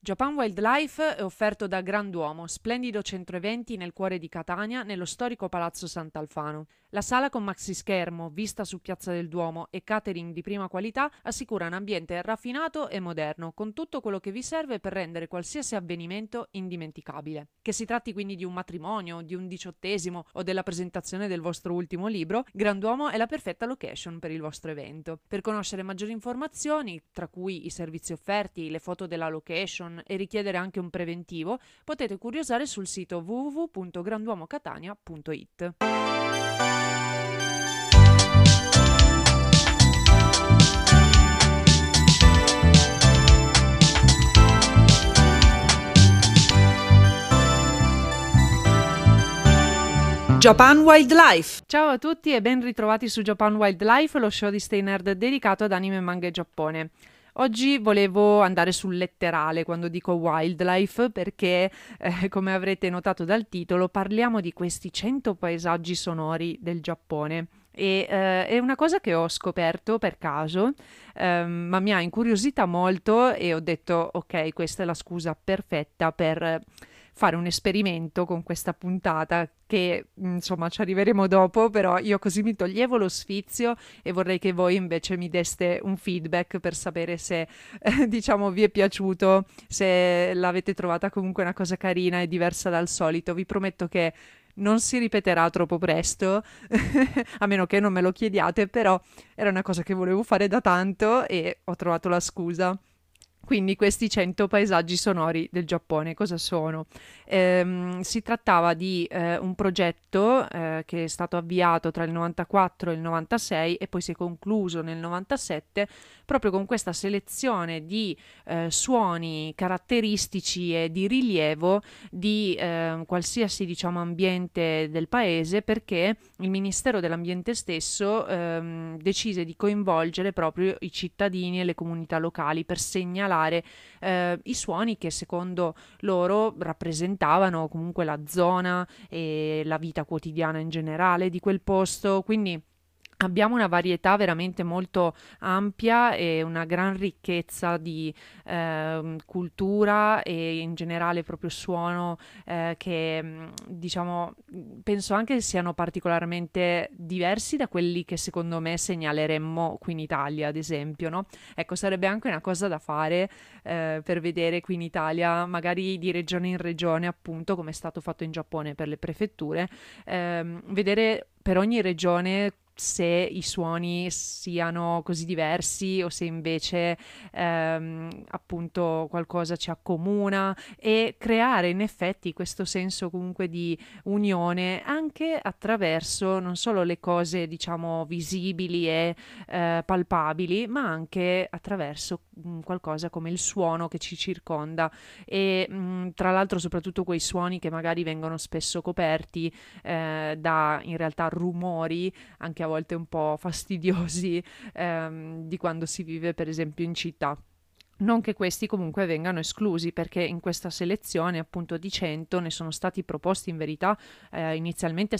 Japan Wildlife è offerto da Granduomo, splendido centro eventi nel cuore di Catania, nello storico Palazzo Sant'Alfano. La sala con maxischermo, vista su Piazza del Duomo e catering di prima qualità assicura un ambiente raffinato e moderno, con tutto quello che vi serve per rendere qualsiasi avvenimento indimenticabile. Che si tratti quindi di un matrimonio, di un diciottesimo o della presentazione del vostro ultimo libro, Granduomo è la perfetta location per il vostro evento. Per conoscere maggiori informazioni, tra cui i servizi offerti, le foto della location e richiedere anche un preventivo, potete curiosare sul sito www.granduomocatania.it. Japan Wildlife. Ciao a tutti e ben ritrovati su Japan Wildlife, lo show di Stay Nerd dedicato ad anime, manga e Giappone. Oggi volevo andare sul letterale quando dico wildlife perché, come avrete notato dal titolo, parliamo di questi 100 paesaggi sonori del Giappone. E è una cosa che ho scoperto per caso, ma mi ha incuriosita molto e ho detto ok, questa è la scusa perfetta per fare un esperimento con questa puntata che insomma ci arriveremo dopo, però io così mi toglievo lo sfizio e vorrei che voi invece mi deste un feedback per sapere se diciamo vi è piaciuto, se l'avete trovata comunque una cosa carina e diversa dal solito. Vi prometto che non si ripeterà troppo presto, a meno che non me lo chiediate, però era una cosa che volevo fare da tanto e ho trovato la scusa. Quindi questi 100 paesaggi sonori del Giappone cosa sono? Si trattava di un progetto che è stato avviato tra il 94 e il 96 e poi si è concluso nel 97 proprio con questa selezione di suoni caratteristici e di rilievo di qualsiasi diciamo ambiente del paese, perché il Ministero dell'Ambiente stesso decise di coinvolgere proprio i cittadini e le comunità locali per segnalare i suoni che secondo loro rappresentavano comunque la zona e la vita quotidiana in generale di quel posto. Quindi abbiamo una varietà veramente molto ampia e una gran ricchezza di cultura e in generale proprio suono che diciamo penso anche siano particolarmente diversi da quelli che secondo me segnaleremmo qui in Italia, ad esempio, no? Ecco, sarebbe anche una cosa da fare per vedere qui in Italia, magari di regione in regione, appunto, come è stato fatto in Giappone per le prefetture, vedere per ogni regione se i suoni siano così diversi o se invece appunto qualcosa ci accomuna e creare in effetti questo senso comunque di unione anche attraverso non solo le cose diciamo visibili e palpabili, ma anche attraverso qualcosa come il suono che ci circonda e tra l'altro soprattutto quei suoni che magari vengono spesso coperti da in realtà rumori anche a volte un po' fastidiosi di quando si vive per esempio in città. Non che questi comunque vengano esclusi, perché in questa selezione appunto di 100 ne sono stati proposti in verità inizialmente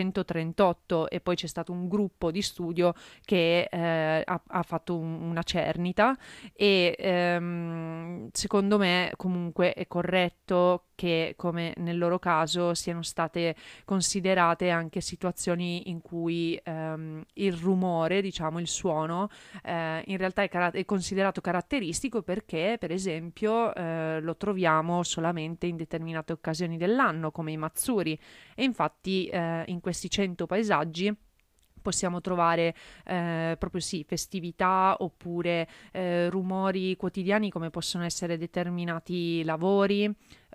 738 e poi c'è stato un gruppo di studio che ha fatto una cernita e secondo me comunque è corretto che come nel loro caso siano state considerate anche situazioni in cui il rumore, diciamo il suono, in realtà è considerato caratteristico perché, per esempio, lo troviamo solamente in determinate occasioni dell'anno, come i Matsuri. E infatti, in questi 100 paesaggi possiamo trovare proprio sì, festività oppure rumori quotidiani come possono essere determinati lavori,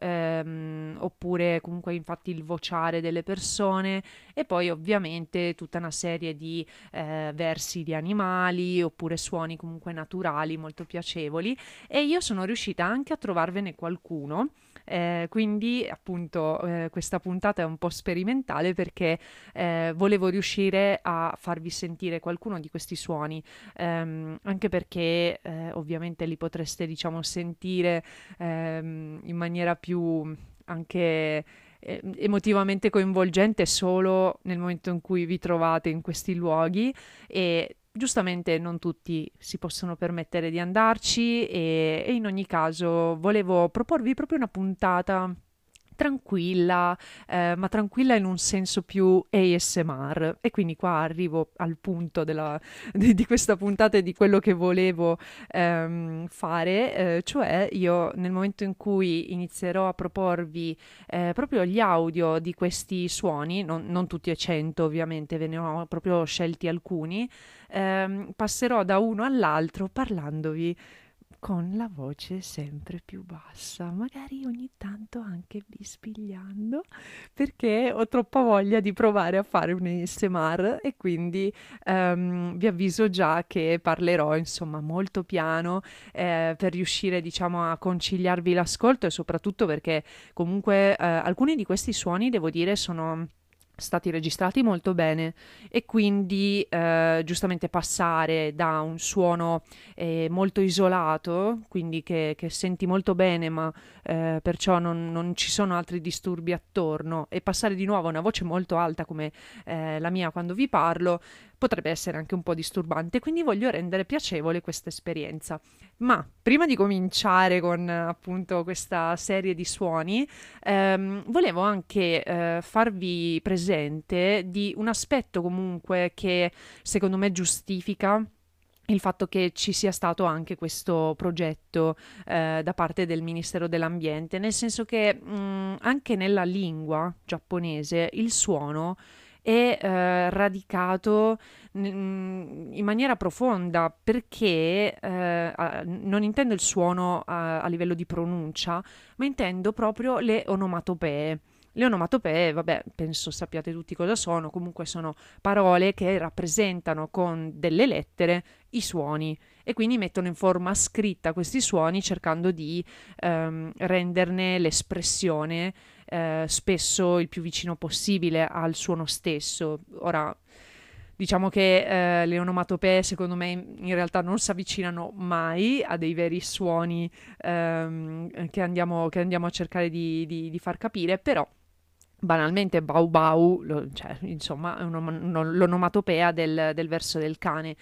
oppure comunque infatti il vociare delle persone e poi ovviamente tutta una serie di versi di animali oppure suoni comunque naturali molto piacevoli e io sono riuscita anche a trovarvene qualcuno. Quindi appunto questa puntata è un po' sperimentale perché volevo riuscire a farvi sentire qualcuno di questi suoni, anche perché ovviamente li potreste diciamo sentire in maniera più anche emotivamente coinvolgente solo nel momento in cui vi trovate in questi luoghi e giustamente non tutti si possono permettere di andarci e in ogni caso volevo proporvi proprio una puntata tranquilla, ma tranquilla in un senso più ASMR. E quindi qua arrivo al punto di questa puntata e di quello che volevo fare, cioè io nel momento in cui inizierò a proporvi proprio gli audio di questi suoni, non tutti e 100 ovviamente, ve ne ho proprio scelti alcuni, passerò da uno all'altro parlandovi con la voce sempre più bassa, magari ogni tanto anche bisbigliando, perché ho troppa voglia di provare a fare un ASMR e quindi vi avviso già che parlerò insomma molto piano per riuscire diciamo a conciliarvi l'ascolto e soprattutto perché comunque alcuni di questi suoni devo dire sono stati registrati molto bene e quindi giustamente passare da un suono molto isolato, quindi che senti molto bene, ma perciò non ci sono altri disturbi attorno, e passare di nuovo a una voce molto alta come la mia quando vi parlo, potrebbe essere anche un po' disturbante, quindi voglio rendere piacevole questa esperienza. Ma prima di cominciare con appunto questa serie di suoni, volevo anche farvi presente di un aspetto comunque che secondo me giustifica il fatto che ci sia stato anche questo progetto da parte del Ministero dell'Ambiente, nel senso che anche nella lingua giapponese il suono è radicato in maniera profonda perché non intendo il suono a livello di pronuncia, ma intendo proprio le onomatopee. Le onomatopee, vabbè, penso sappiate tutti cosa sono, comunque sono parole che rappresentano con delle lettere i suoni e quindi mettono in forma scritta questi suoni cercando di renderne l'espressione spesso il più vicino possibile al suono stesso. Ora, diciamo che le onomatopee secondo me in realtà non si avvicinano mai a dei veri suoni che andiamo a cercare di far capire, però banalmente bau bau, cioè, insomma, è l'onomatopea del verso del cane.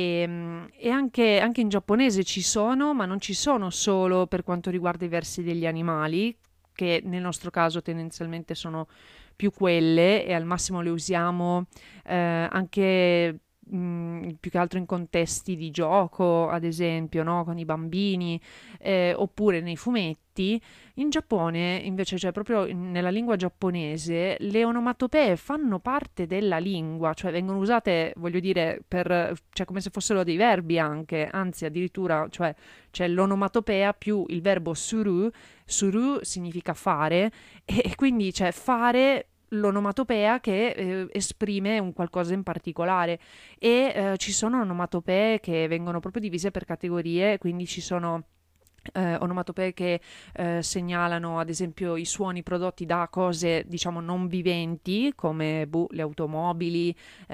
E anche in giapponese ci sono, ma non ci sono solo per quanto riguarda i versi degli animali, che nel nostro caso tendenzialmente sono più quelle e al massimo le usiamo anche più che altro in contesti di gioco, ad esempio, no? Con i bambini, oppure nei fumetti. In Giappone, invece, cioè proprio nella lingua giapponese, le onomatopee fanno parte della lingua, cioè vengono usate, voglio dire, cioè come se fossero dei verbi anche, anzi addirittura, cioè c'è l'onomatopea più il verbo suru, suru significa fare, e quindi c'è fare l'onomatopea che esprime un qualcosa in particolare e ci sono onomatopee che vengono proprio divise per categorie, quindi ci sono onomatopee che segnalano ad esempio i suoni prodotti da cose diciamo non viventi come le automobili,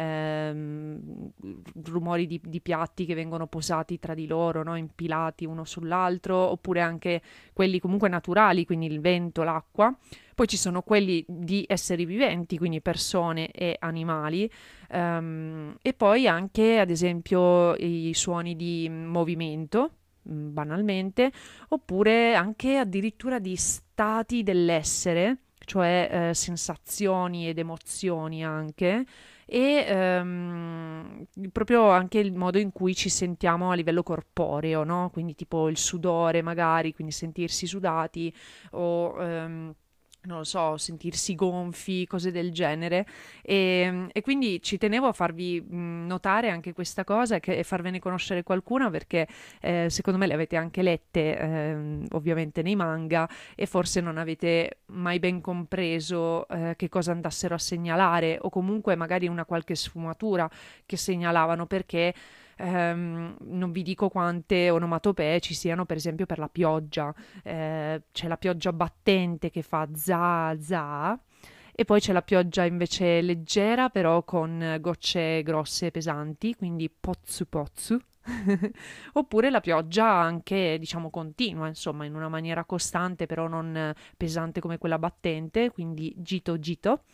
rumori di piatti che vengono posati tra di loro, no? Impilati uno sull'altro, oppure anche quelli comunque naturali, quindi il vento, l'acqua. Poi ci sono quelli di esseri viventi, quindi persone e animali, e poi anche ad esempio i suoni di movimento, banalmente, oppure anche addirittura di stati dell'essere, cioè sensazioni ed emozioni anche, e proprio anche il modo in cui ci sentiamo a livello corporeo, no? Quindi tipo il sudore magari, quindi sentirsi sudati o non lo so, sentirsi gonfi, cose del genere. E quindi ci tenevo a farvi notare anche questa cosa e farvene conoscere qualcuna perché secondo me le avete anche lette ovviamente nei manga e forse non avete mai ben compreso che cosa andassero a segnalare o comunque magari una qualche sfumatura che segnalavano perché non vi dico quante onomatopee ci siano per esempio per la pioggia. C'è la pioggia battente che fa za za e poi c'è la pioggia invece leggera però con gocce grosse e pesanti, quindi pozzu pozzu. Oppure la pioggia anche diciamo continua, insomma in una maniera costante però non pesante come quella battente, quindi gito gito.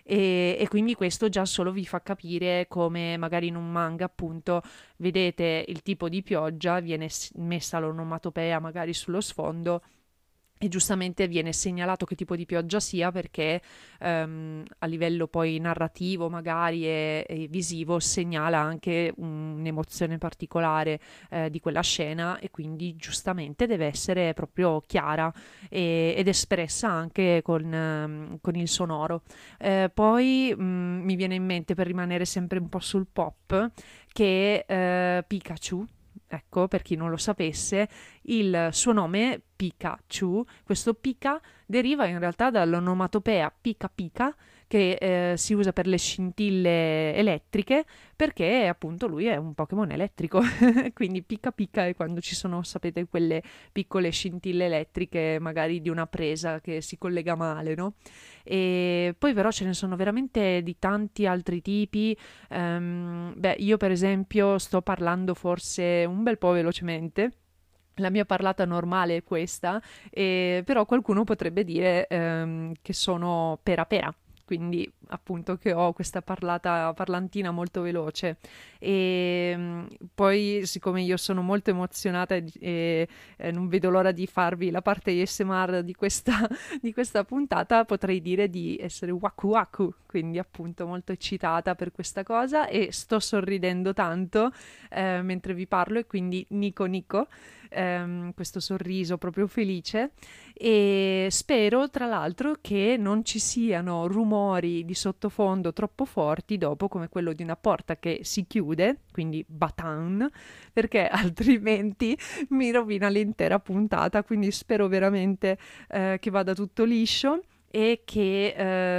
E quindi questo già solo vi fa capire come magari in un manga, appunto, vedete il tipo di pioggia, viene messa l'onomatopea magari sullo sfondo e giustamente viene segnalato che tipo di pioggia sia perché a livello poi narrativo magari e visivo segnala anche un'emozione particolare di quella scena e quindi giustamente deve essere proprio chiara ed espressa anche con il sonoro. Poi mi viene in mente, per rimanere sempre un po' sul pop, che Pikachu, ecco, per chi non lo sapesse, il suo nome Pikachu, questo Pika deriva in realtà dall'onomatopea Pika Pika che si usa per le scintille elettriche perché appunto lui è un Pokémon elettrico, quindi Pika Pika è quando ci sono, sapete, quelle piccole scintille elettriche magari di una presa che si collega male, no? E poi però ce ne sono veramente di tanti altri tipi. Beh, io per esempio sto parlando forse un bel po' velocemente. La mia parlata normale è questa, però qualcuno potrebbe dire che sono pera pera, quindi appunto che ho questa parlantina molto veloce. E poi, siccome io sono molto emozionata e non vedo l'ora di farvi la parte ASMR di questa puntata, potrei dire di essere waku waku, quindi appunto molto eccitata per questa cosa e sto sorridendo tanto mentre vi parlo e quindi Nico Nico, questo sorriso proprio felice e spero tra l'altro che non ci siano rumori di sottofondo troppo forti dopo come quello di una porta che si chiude, quindi batan, perché altrimenti mi rovina l'intera puntata, quindi spero veramente che vada tutto liscio e che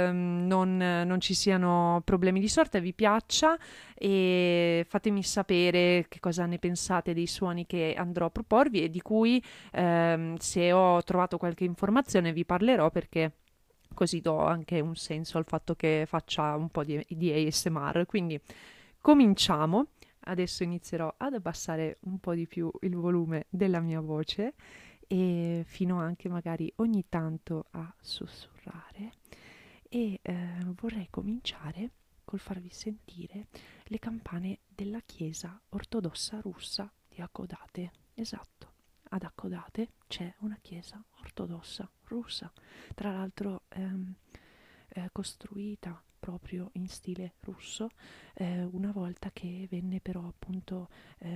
non ci siano problemi di sorta, vi piaccia e fatemi sapere che cosa ne pensate dei suoni che andrò a proporvi e di cui se ho trovato qualche informazione vi parlerò perché così do anche un senso al fatto che faccia un po' di ASMR. Quindi cominciamo. Adesso inizierò ad abbassare un po' di più il volume della mia voce e fino anche magari ogni tanto a sussurrare e vorrei cominciare col farvi sentire le campane della chiesa ortodossa russa di Hakodate. Esatto, ad Hakodate c'è una chiesa ortodossa russa, tra l'altro costruita proprio in stile russo, una volta che venne però appunto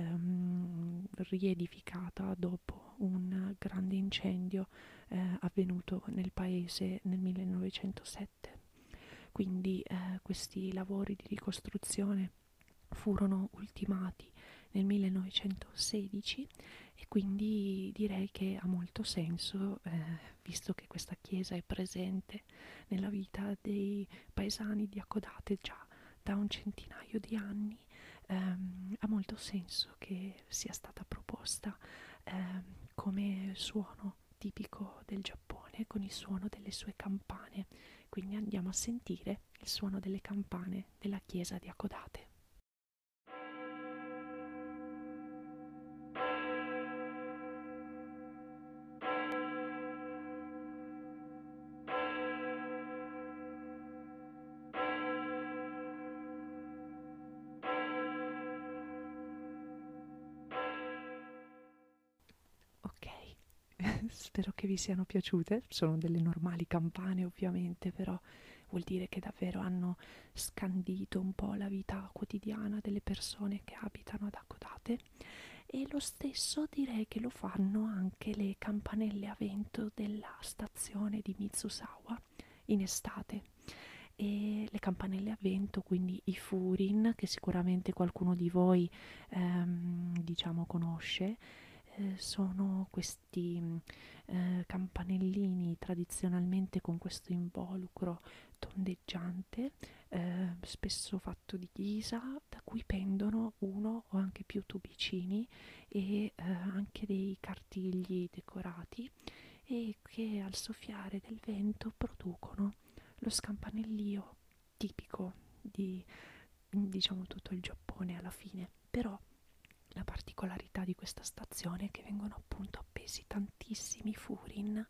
riedificata dopo un grande incendio avvenuto nel paese nel 1907. Quindi questi lavori di ricostruzione furono ultimati nel 1916 e quindi direi che ha molto senso, visto che questa chiesa è presente nella vita dei paesani di Hakodate già da un centinaio di anni, ha molto senso che sia stata proposta come suono tipico del Giappone con il suono delle sue campane. Quindi andiamo a sentire il suono delle campane della chiesa di Hakodate. Ok, spero che vi siano piaciute. Sono delle normali campane ovviamente, però vuol dire che davvero hanno scandito un po' la vita quotidiana delle persone che abitano ad Hakodate e lo stesso direi che lo fanno anche le campanelle a vento della stazione di Mitsusawa in estate. E le campanelle a vento, quindi i furin, che sicuramente qualcuno di voi diciamo conosce, sono questi campanellini tradizionalmente con questo involucro tondeggiante, spesso fatto di ghisa, da cui pendono uno o anche più tubicini e anche dei cartigli decorati e che al soffiare del vento producono lo scampanellio tipico di diciamo tutto il Giappone alla fine. Però la particolarità di questa stazione è che vengono appunto appesi tantissimi furin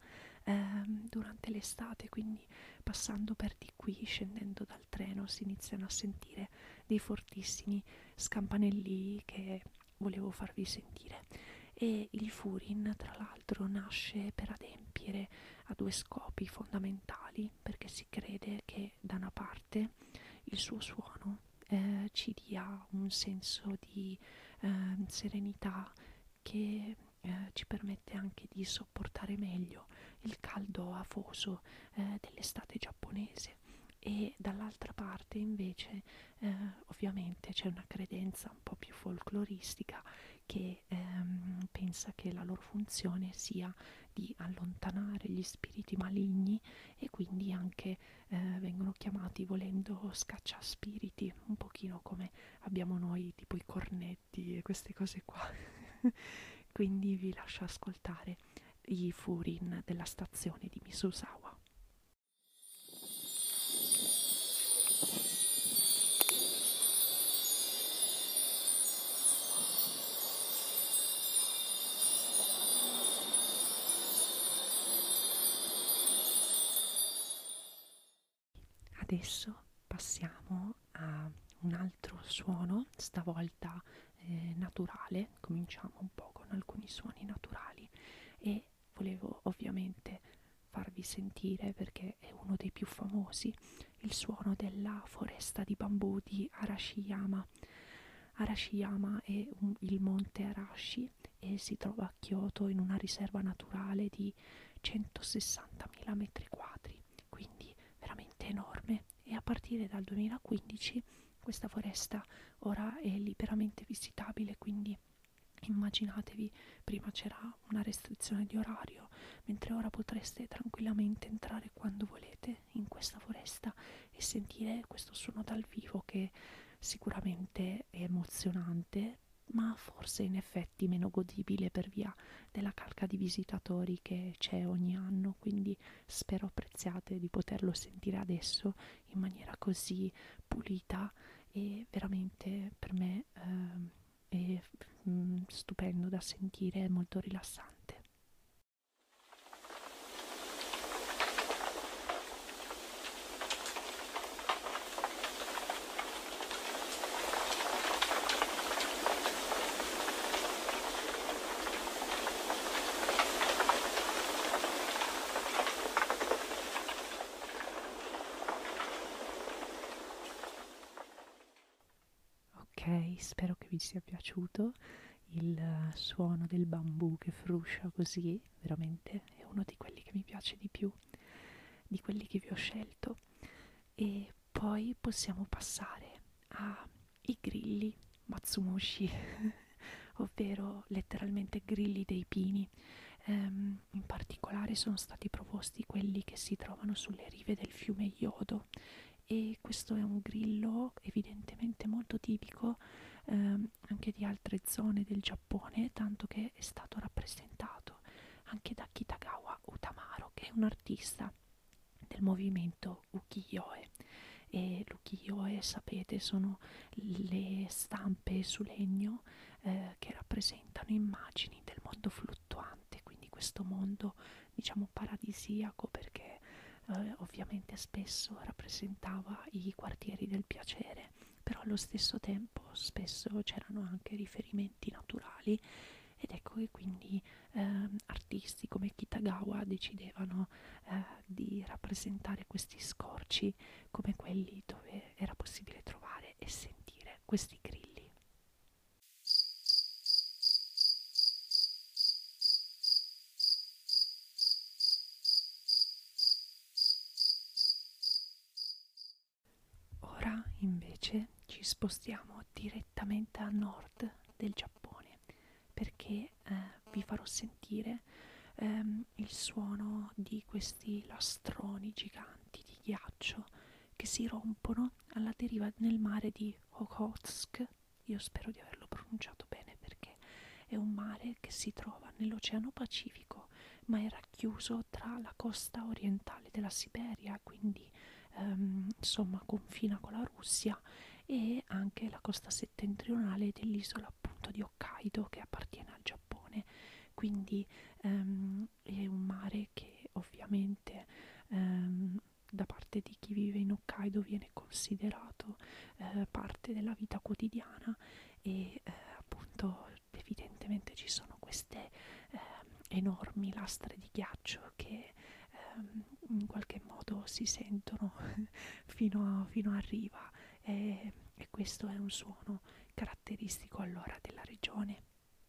durante l'estate, quindi passando per di qui, scendendo dal treno, si iniziano a sentire dei fortissimi scampanellii che volevo farvi sentire. E il Furin, tra l'altro, nasce per adempiere a due scopi fondamentali, perché si crede che da una parte il suo suono ci dia un senso di serenità che ci permette anche di sopportare meglio il caldo afoso dell'estate giapponese. E dall'altra parte invece ovviamente c'è una credenza un po' più folcloristica che pensa che la loro funzione sia di allontanare gli spiriti maligni, e quindi anche vengono chiamati, volendo, scacciaspiriti, un pochino come abbiamo noi, tipo i cornetti e queste cose qua. Quindi vi lascio ascoltare i Furin della stazione di Misusawa. Adesso passiamo a un altro suono, stavolta naturale. Cominciamo un po' con alcuni suoni naturali e volevo ovviamente farvi sentire, perché è uno dei più famosi, il suono della foresta di bambù di Arashiyama. Arashiyama è il monte Arashi e si trova a Kyoto in una riserva naturale di 160.000 metri quadri, quindi veramente enorme. E a partire dal 2015 questa foresta ora è liberamente visitabile, quindi immaginatevi, prima c'era una restrizione di orario, mentre ora potreste tranquillamente entrare quando volete in questa foresta e sentire questo suono dal vivo, che sicuramente è emozionante, ma forse in effetti meno godibile per via della calca di visitatori che c'è ogni anno. Quindi spero apprezziate di poterlo sentire adesso in maniera così pulita, e veramente per me è stupendo da sentire, è molto rilassante. Ok, spero che vi sia piaciuto il suono del bambù che fruscia così. Veramente è uno di quelli che mi piace di più, di quelli che vi ho scelto. E poi possiamo passare ai grilli Matsumushi, ovvero letteralmente grilli dei pini. In particolare sono stati proposti quelli che si trovano sulle rive del fiume Yodo, e questo è un grillo evidentemente molto tipico anche di altre zone del Giappone, tanto che è stato rappresentato anche da Kitagawa Utamaro, che è un artista del movimento ukiyo-e. E l'ukiyo-e, sapete, sono le stampe su legno che rappresentano immagini del mondo fluttuante, quindi questo mondo, diciamo, paradisiaco, perché ovviamente spesso rappresentava i quartieri del piacere, però allo stesso tempo spesso c'erano anche riferimenti naturali, ed ecco che quindi artisti come Kitagawa decidevano di rappresentare questi scorci come quelli dove era possibile trovare e sentire questi grilli. Ora invece ci spostiamo direttamente a nord del Giappone, perché vi farò sentire il suono di questi lastroni giganti di ghiaccio che si rompono alla deriva nel mare di Okhotsk. Io spero di averlo pronunciato bene, perché è un mare che si trova nell'Oceano Pacifico, ma è racchiuso tra la costa orientale della Siberia, quindi insomma confina con la Russia, e anche la costa settentrionale dell'isola appunto di Hokkaido, che appartiene al Giappone. Quindi è un mare che ovviamente praticamente da parte di chi vive in Hokkaido viene considerato parte della vita quotidiana e appunto evidentemente ci sono queste enormi lastre di ghiaccio che in qualche modo si sentono fino a riva e questo è un suono caratteristico allora della regione.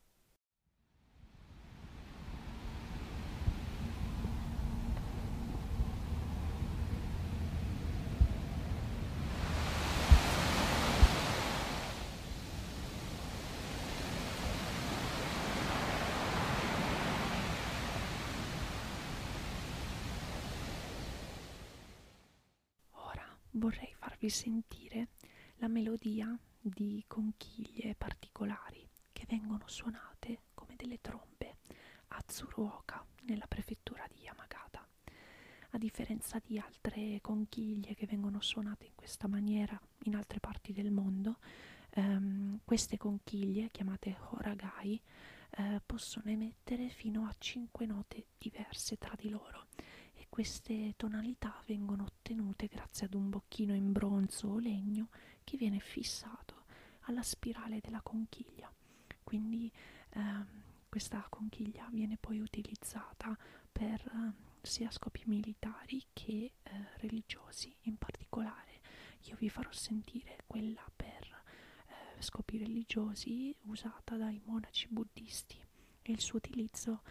Ora vorrei farvi sentire la melodia di conchiglie particolari che vengono suonate come delle trombe a Tsuruoka, nella prefettura di Yamagata. A differenza di altre conchiglie che vengono suonate in questa maniera in altre parti del mondo, queste conchiglie, chiamate horagai, possono emettere fino a 5 note diverse tra di loro e queste tonalità vengono ottenute grazie ad un bocchino in bronzo o legno che viene fissato alla spirale della conchiglia. Quindi questa conchiglia viene poi utilizzata per sia scopi militari che religiosi. In particolare io vi farò sentire quella per scopi religiosi usata dai monaci buddisti e il suo utilizzo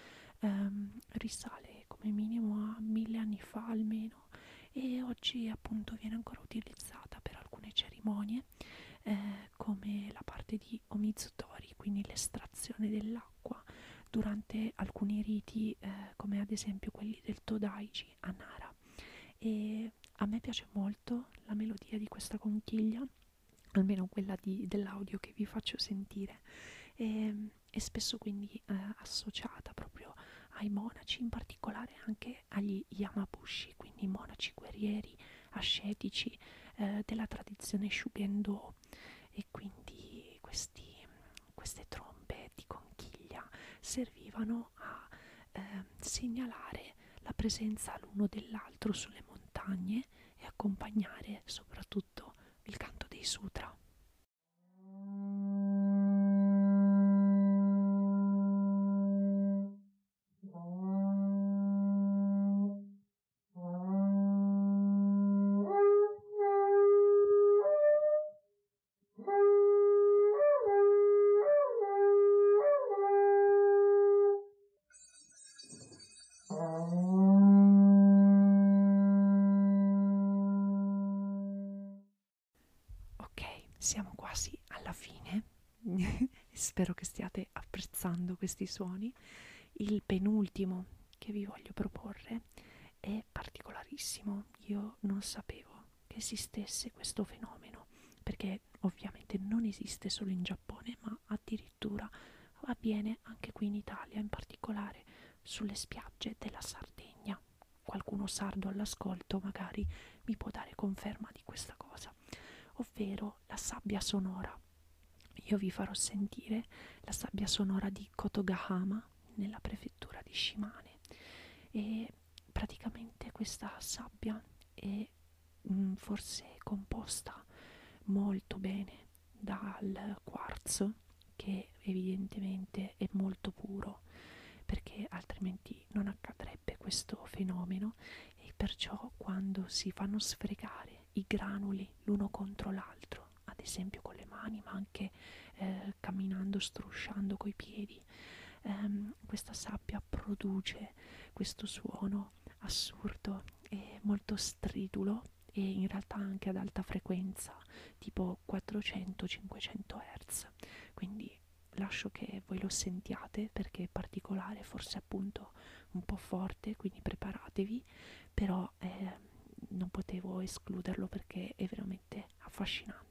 risale come minimo a 1000 anni fa almeno e oggi appunto viene ancora utilizzata per alcune cerimonie come la parte di Omizutori, quindi l'estrazione dell'acqua durante alcuni riti come ad esempio quelli del Todaiji a Nara. E a me piace molto la melodia di questa conchiglia, almeno quella dell'audio che vi faccio sentire, e spesso quindi associata proprio ai monaci, in particolare anche agli Yamabushi, quindi monaci guerrieri ascetici della tradizione Shugendo, e quindi queste trombe di conchiglia servivano a segnalare la presenza l'uno dell'altro sulle montagne e accompagnare soprattutto il canto dei sutra. Ok, siamo quasi alla fine. Spero che stiate apprezzando questi suoni. Il penultimo che vi voglio proporre è particolarissimo. Io non sapevo che esistesse questo fenomeno, perché ovviamente non esiste solo in Giappone, ma addirittura avviene anche qui in Italia, in particolare sulle spiagge della Sardegna. Qualcuno sardo all'ascolto magari mi può dare conferma di questa cosa, ovvero la sabbia sonora. Io vi farò sentire la sabbia sonora di Kotogahama nella prefettura di Shimane e praticamente questa sabbia è forse composta molto bene dal quarzo, che evidentemente è molto puro, perché altrimenti non accadrebbe questo fenomeno, e perciò quando si fanno sfregare i granuli l'uno contro l'altro, ad esempio con le mani ma anche camminando, strusciando coi piedi, questa sabbia produce questo suono assurdo e molto stridulo, e in realtà anche ad alta frequenza, tipo 400-500 Hz. Quindi lascio che voi lo sentiate perché è particolare, forse appunto un po' forte, quindi preparatevi, però non potevo escluderlo perché è veramente affascinante.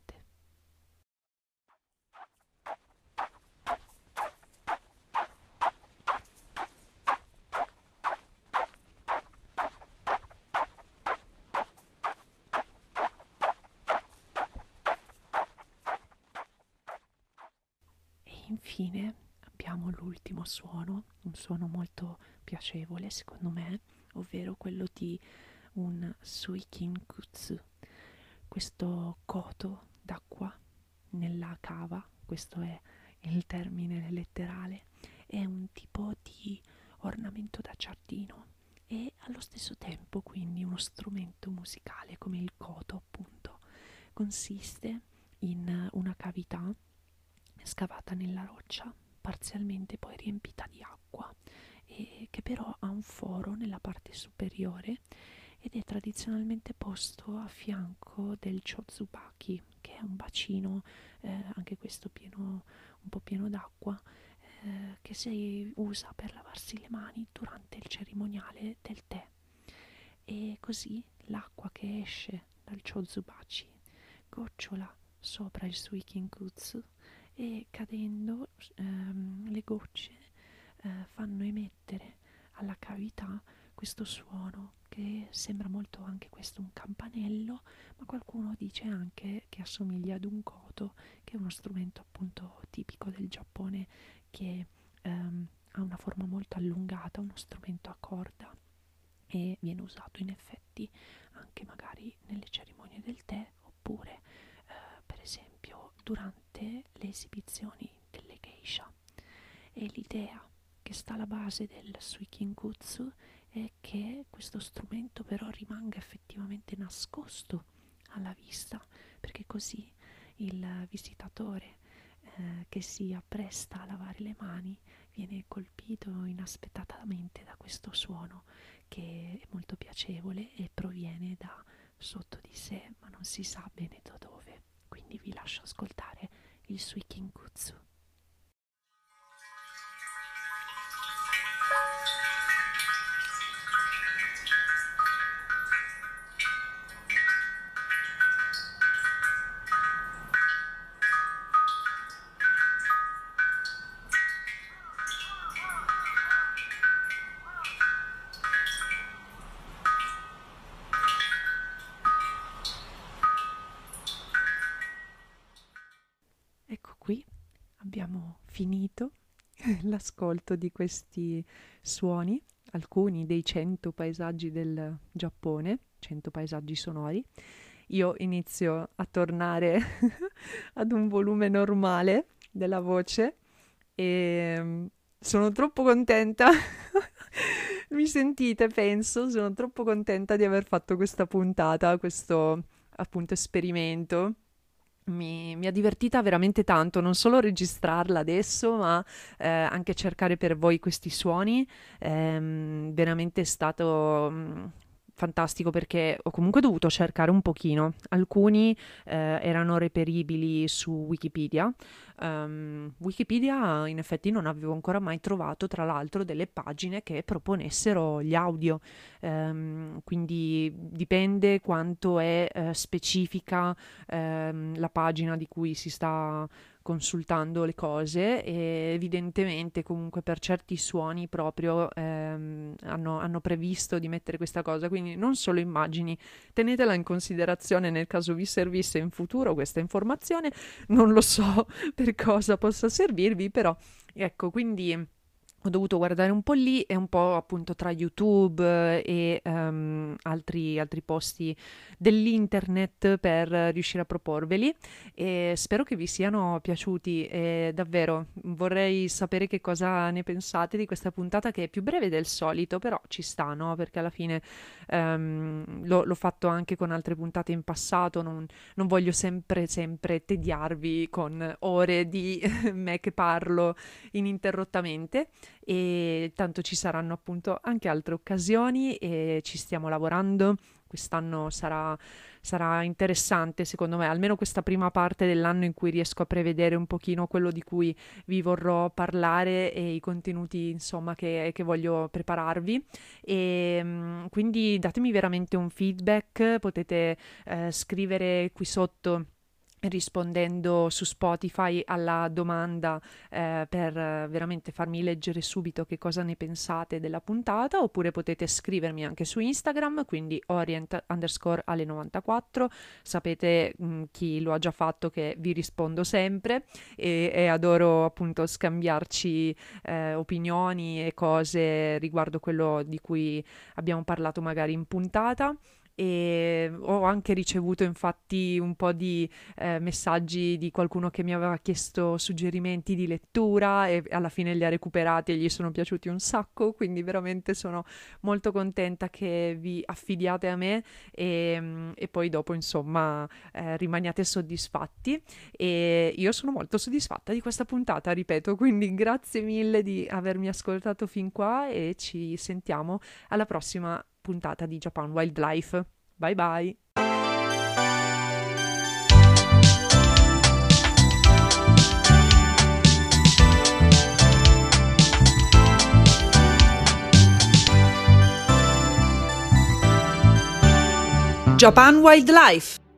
E infine abbiamo l'ultimo suono, un suono molto piacevole secondo me, ovvero quello di un Suikinkutsu, questo koto d'acqua nella cava, questo è il termine letterale, è un tipo di ornamento da giardino e allo stesso tempo quindi uno strumento musicale come il koto appunto. Consiste in una cavità scavata nella roccia, parzialmente poi riempita di acqua, e che però ha un foro nella parte superiore ed è tradizionalmente posto a fianco del Chozubaki, che è un bacino, anche questo pieno, un po' pieno d'acqua, che si usa per lavarsi le mani durante il cerimoniale del tè. E così l'acqua che esce dal Chozubachi gocciola sopra il Suikinkutsu e cadendo le gocce fanno emettere alla cavità questo suono che sembra molto anche questo un campanello, ma qualcuno dice anche che assomiglia ad un koto, che è uno strumento appunto tipico del Giappone che ha una forma molto allungata, uno strumento a corda, e viene usato in effetti anche magari nelle cerimonie del tè oppure per esempio durante le esibizioni delle geisha. E l'idea che sta alla base del Suikinkutsu è che questo strumento però rimanga effettivamente nascosto alla vista, perché così il visitatore che si appresta a lavare le mani viene colpito inaspettatamente da questo suono che è molto piacevole e proviene da sotto di sé, ma non si sa bene da dove. Quindi vi lascio ascoltare il Suikinkutsu. Ecco qui, abbiamo finito l'ascolto di questi suoni, alcuni dei 100 paesaggi del Giappone, 100 paesaggi sonori. Io inizio a tornare ad un volume normale della voce e sono troppo contenta. Mi sentite, penso, sono troppo contenta di aver fatto questa puntata, questo appunto esperimento. Mi ha divertita veramente tanto, non solo registrarla adesso, ma anche cercare per voi questi suoni. Veramente è stato fantastico perché ho comunque dovuto cercare un pochino. Alcuni erano reperibili su Wikipedia. Wikipedia in effetti non avevo ancora mai trovato, tra l'altro, delle pagine che proponessero gli audio. Quindi dipende quanto è specifica la pagina di cui si sta consultando le cose, e evidentemente comunque per certi suoni proprio hanno previsto di mettere questa cosa, quindi non solo immagini, tenetela in considerazione nel caso vi servisse in futuro questa informazione. Non lo so per cosa possa servirvi, però ecco, quindi ho dovuto guardare un po' lì e un po' appunto tra YouTube e altri posti dell'internet per riuscire a proporveli, e spero che vi siano piaciuti, e davvero vorrei sapere che cosa ne pensate di questa puntata, che è più breve del solito, però ci sta, no? Perché alla fine l'ho fatto anche con altre puntate in passato, non voglio sempre tediarvi con ore di me che parlo ininterrottamente, e tanto ci saranno appunto anche altre occasioni e ci stiamo lavorando. Quest'anno sarà interessante secondo me, almeno questa prima parte dell'anno in cui riesco a prevedere un pochino quello di cui vi vorrò parlare e i contenuti insomma che voglio prepararvi, e quindi datemi veramente un feedback, potete scrivere qui sotto rispondendo su Spotify alla domanda per veramente farmi leggere subito che cosa ne pensate della puntata, oppure potete scrivermi anche su Instagram, quindi orient_ale94. Sapete chi lo ha già fatto che vi rispondo sempre e adoro appunto scambiarci opinioni e cose riguardo quello di cui abbiamo parlato magari in puntata. E ho anche ricevuto infatti un po' di messaggi di qualcuno che mi aveva chiesto suggerimenti di lettura e alla fine li ha recuperati e gli sono piaciuti un sacco, quindi veramente sono molto contenta che vi affidiate a me e poi dopo insomma rimaniate soddisfatti, e io sono molto soddisfatta di questa puntata, ripeto, quindi grazie mille di avermi ascoltato fin qua e ci sentiamo alla prossima puntata di Japan Wildlife. Bye bye! Japan Wildlife